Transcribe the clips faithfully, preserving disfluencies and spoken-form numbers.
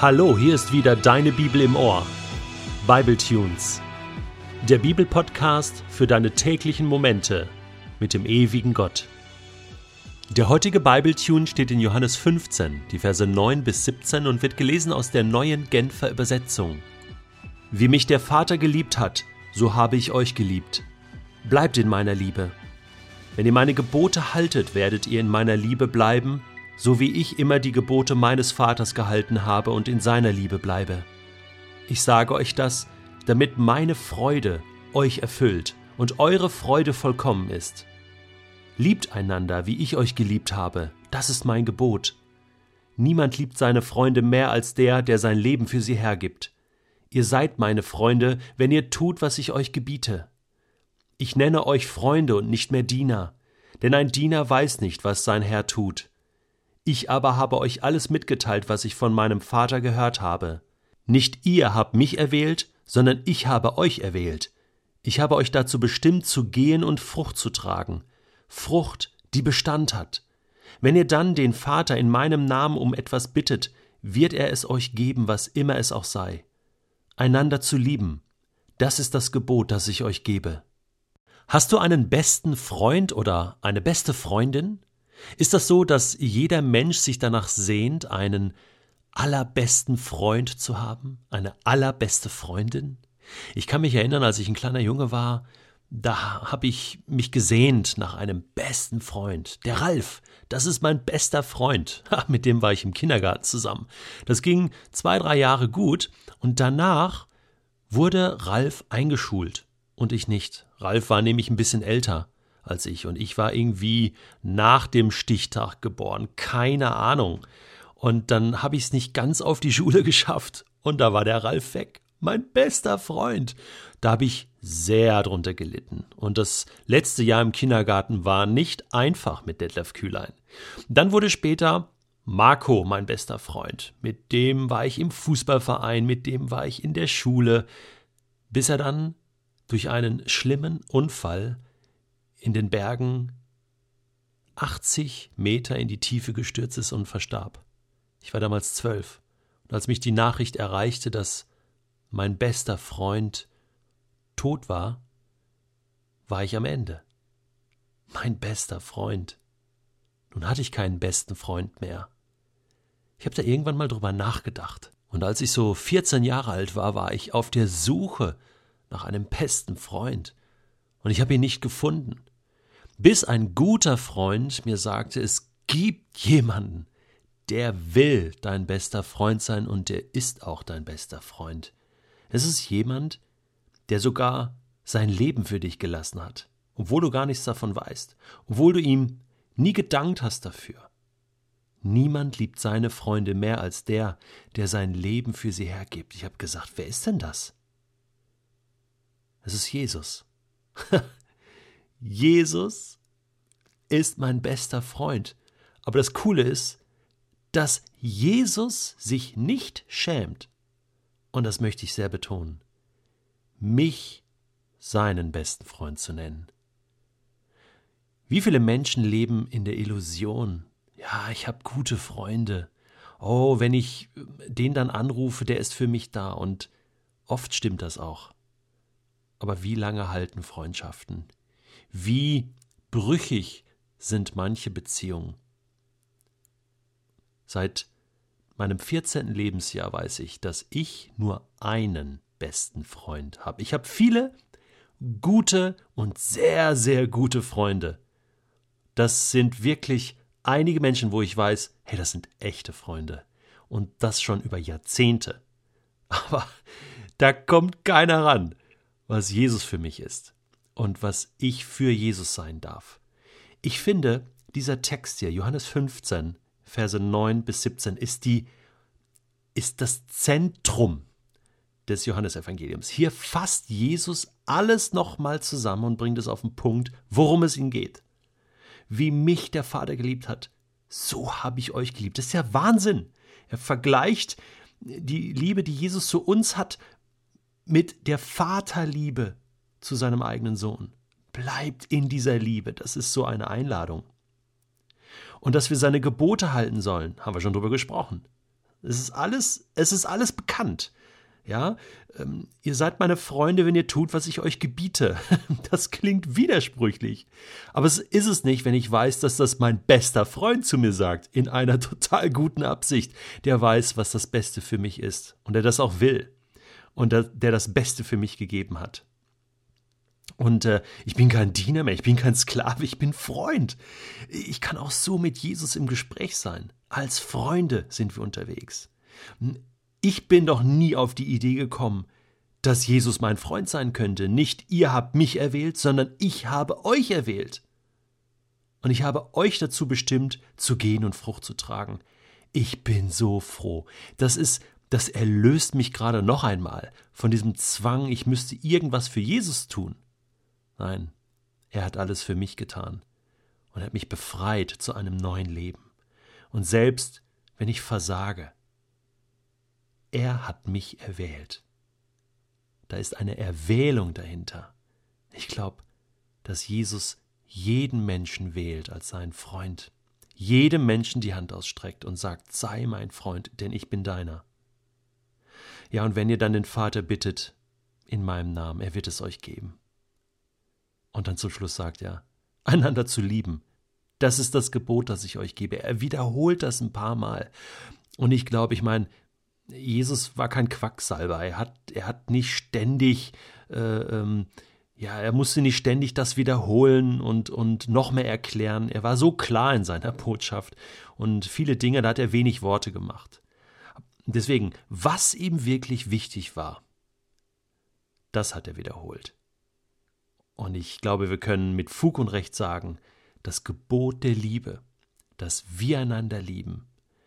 Hallo, hier ist wieder deine Bibel im Ohr. Bible Tunes, der Bibelpodcast für deine täglichen Momente mit dem ewigen Gott. Der heutige Bible Tune steht in Johannes fünfzehn, die Verse neun bis siebzehn und wird gelesen aus der neuen Genfer Übersetzung. Wie mich der Vater geliebt hat, so habe ich euch geliebt. Bleibt in meiner Liebe. Wenn ihr meine Gebote haltet, werdet ihr in meiner Liebe bleiben, so wie ich immer die Gebote meines Vaters gehalten habe und in seiner Liebe bleibe. Ich sage euch das, damit meine Freude euch erfüllt und eure Freude vollkommen ist. Liebt einander, wie ich euch geliebt habe, das ist mein Gebot. Niemand liebt seine Freunde mehr als der, der sein Leben für sie hergibt. Ihr seid meine Freunde, wenn ihr tut, was ich euch gebiete. Ich nenne euch Freunde und nicht mehr Diener, denn ein Diener weiß nicht, was sein Herr tut. Ich aber habe euch alles mitgeteilt, was ich von meinem Vater gehört habe. Nicht ihr habt mich erwählt, sondern ich habe euch erwählt. Ich habe euch dazu bestimmt, zu gehen und Frucht zu tragen. Frucht, die Bestand hat. Wenn ihr dann den Vater in meinem Namen um etwas bittet, wird er es euch geben, was immer es auch sei. Einander zu lieben, das ist das Gebot, das ich euch gebe. Hast du einen besten Freund oder eine beste Freundin? Ist das so, dass jeder Mensch sich danach sehnt, einen allerbesten Freund zu haben, eine allerbeste Freundin? Ich kann mich erinnern, als ich ein kleiner Junge war, da habe ich mich gesehnt nach einem besten Freund. Der Ralf, das ist mein bester Freund. Ha, mit dem war ich im Kindergarten zusammen. Das ging zwei, drei Jahre gut und danach wurde Ralf eingeschult und ich nicht. Ralf war nämlich ein bisschen älter als ich und ich war irgendwie nach dem Stichtag geboren. Keine Ahnung. Und dann habe ich es nicht ganz auf die Schule geschafft und da war der Ralf weg. Mein bester Freund. Da habe ich sehr drunter gelitten. Und das letzte Jahr im Kindergarten war nicht einfach mit Detlef Kühlein. Dann wurde später Marco mein bester Freund. Mit dem war ich im Fußballverein, mit dem war ich in der Schule, bis er dann durch einen schlimmen Unfall in den Bergen achtzig Meter in die Tiefe gestürzt ist und verstarb. Ich war damals zwölf. Und als mich die Nachricht erreichte, dass mein bester Freund tot war, war ich am Ende. Mein bester Freund. Nun hatte ich keinen besten Freund mehr. Ich habe da irgendwann mal drüber nachgedacht. Und als ich so vierzehn Jahre alt war, war ich auf der Suche nach einem besten Freund. Und ich habe ihn nicht gefunden. Bis ein guter Freund mir sagte, es gibt jemanden, der will dein bester Freund sein und der ist auch dein bester Freund. Es ist jemand, der sogar sein Leben für dich gelassen hat, obwohl du gar nichts davon weißt, obwohl du ihm nie gedankt hast dafür. Niemand liebt seine Freunde mehr als der, der sein Leben für sie hergibt. Ich habe gesagt, wer ist denn das? Es ist Jesus. Jesus ist mein bester Freund. Aber das Coole ist, dass Jesus sich nicht schämt, und das möchte ich sehr betonen, mich seinen besten Freund zu nennen. Wie viele Menschen leben in der Illusion, ja, ich habe gute Freunde, oh, wenn ich den dann anrufe, der ist für mich da, und oft stimmt das auch. Aber wie lange halten Freundschaften? Wie brüchig sind manche Beziehungen? Seit meinem vierzehnten Lebensjahr weiß ich, dass ich nur einen besten Freund habe. Ich habe viele gute und sehr, sehr gute Freunde. Das sind wirklich einige Menschen, wo ich weiß, hey, das sind echte Freunde. Und das schon über Jahrzehnte. Aber da kommt keiner ran, was Jesus für mich ist und was ich für Jesus sein darf. Ich finde, dieser Text hier, Johannes fünfzehn, Verse neun bis siebzehn, ist, die, ist das Zentrum des Johannesevangeliums. Hier fasst Jesus alles nochmal zusammen und bringt es auf den Punkt, worum es ihm geht. Wie mich der Vater geliebt hat, so habe ich euch geliebt. Das ist ja Wahnsinn. Er vergleicht die Liebe, die Jesus zu uns hat, mit der Vaterliebe zu seinem eigenen Sohn. Bleibt in dieser Liebe. Das ist so eine Einladung. Und dass wir seine Gebote halten sollen, haben wir schon drüber gesprochen. Es ist alles, es ist alles bekannt. Ja, ähm, ihr seid meine Freunde, wenn ihr tut, was ich euch gebiete. Das klingt widersprüchlich. Aber es ist es nicht, wenn ich weiß, dass das mein bester Freund zu mir sagt, in einer total guten Absicht. Der weiß, was das Beste für mich ist und der das auch will und der, der das Beste für mich gegeben hat. Und äh, ich bin kein Diener mehr, ich bin kein Sklave, ich bin Freund. Ich kann auch so mit Jesus im Gespräch sein. Als Freunde sind wir unterwegs. Ich bin doch nie auf die Idee gekommen, dass Jesus mein Freund sein könnte. Nicht ihr habt mich erwählt, sondern ich habe euch erwählt. Und ich habe euch dazu bestimmt, zu gehen und Frucht zu tragen. Ich bin so froh. Das ist, das erlöst mich gerade noch einmal von diesem Zwang, ich müsste irgendwas für Jesus tun. Nein, er hat alles für mich getan und hat mich befreit zu einem neuen Leben. Und selbst wenn ich versage, er hat mich erwählt. Da ist eine Erwählung dahinter. Ich glaube, dass Jesus jeden Menschen wählt als seinen Freund, jedem Menschen die Hand ausstreckt und sagt, sei mein Freund, denn ich bin deiner. Ja, und wenn ihr dann den Vater bittet, in meinem Namen, er wird es euch geben. Und dann zum Schluss sagt er, einander zu lieben. Das ist das Gebot, das ich euch gebe. Er wiederholt das ein paar Mal. Und ich glaube, ich meine, Jesus war kein Quacksalber. Er hat, er hat nicht ständig, äh, ähm, ja, er musste nicht ständig das wiederholen und, und noch mehr erklären. Er war so klar in seiner Botschaft und viele Dinge, da hat er wenig Worte gemacht. Deswegen, was ihm wirklich wichtig war, das hat er wiederholt. Und ich glaube, wir können mit Fug und Recht sagen, das Gebot der Liebe, das wir einander lieben,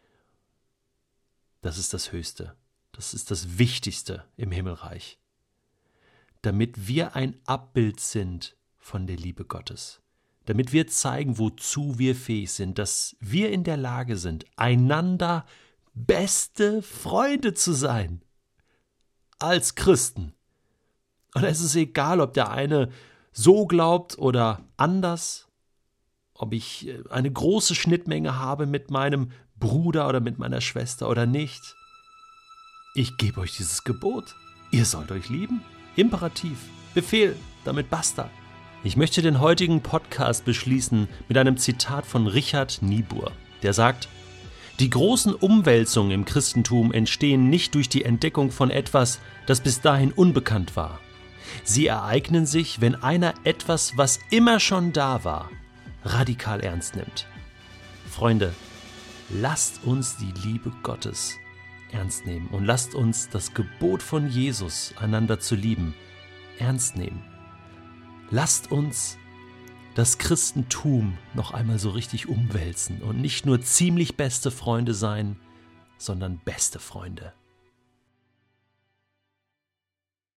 das ist das Höchste, das ist das Wichtigste im Himmelreich, damit wir ein Abbild sind von der Liebe Gottes, damit wir zeigen, wozu wir fähig sind, dass wir in der Lage sind, einander beste Freunde zu sein, als Christen. Und es ist egal, ob der eine so glaubt oder anders, ob ich eine große Schnittmenge habe mit meinem Bruder oder mit meiner Schwester oder nicht. Ich gebe euch dieses Gebot. Ihr sollt euch lieben. Imperativ. Befehl. Damit basta. Ich möchte den heutigen Podcast beschließen mit einem Zitat von Richard Niebuhr, der sagt, die großen Umwälzungen im Christentum entstehen nicht durch die Entdeckung von etwas, das bis dahin unbekannt war. Sie ereignen sich, wenn einer etwas, was immer schon da war, radikal ernst nimmt. Freunde, lasst uns die Liebe Gottes ernst nehmen und lasst uns das Gebot von Jesus, einander zu lieben, ernst nehmen. Lasst uns das Christentum noch einmal so richtig umwälzen und nicht nur ziemlich beste Freunde sein, sondern beste Freunde.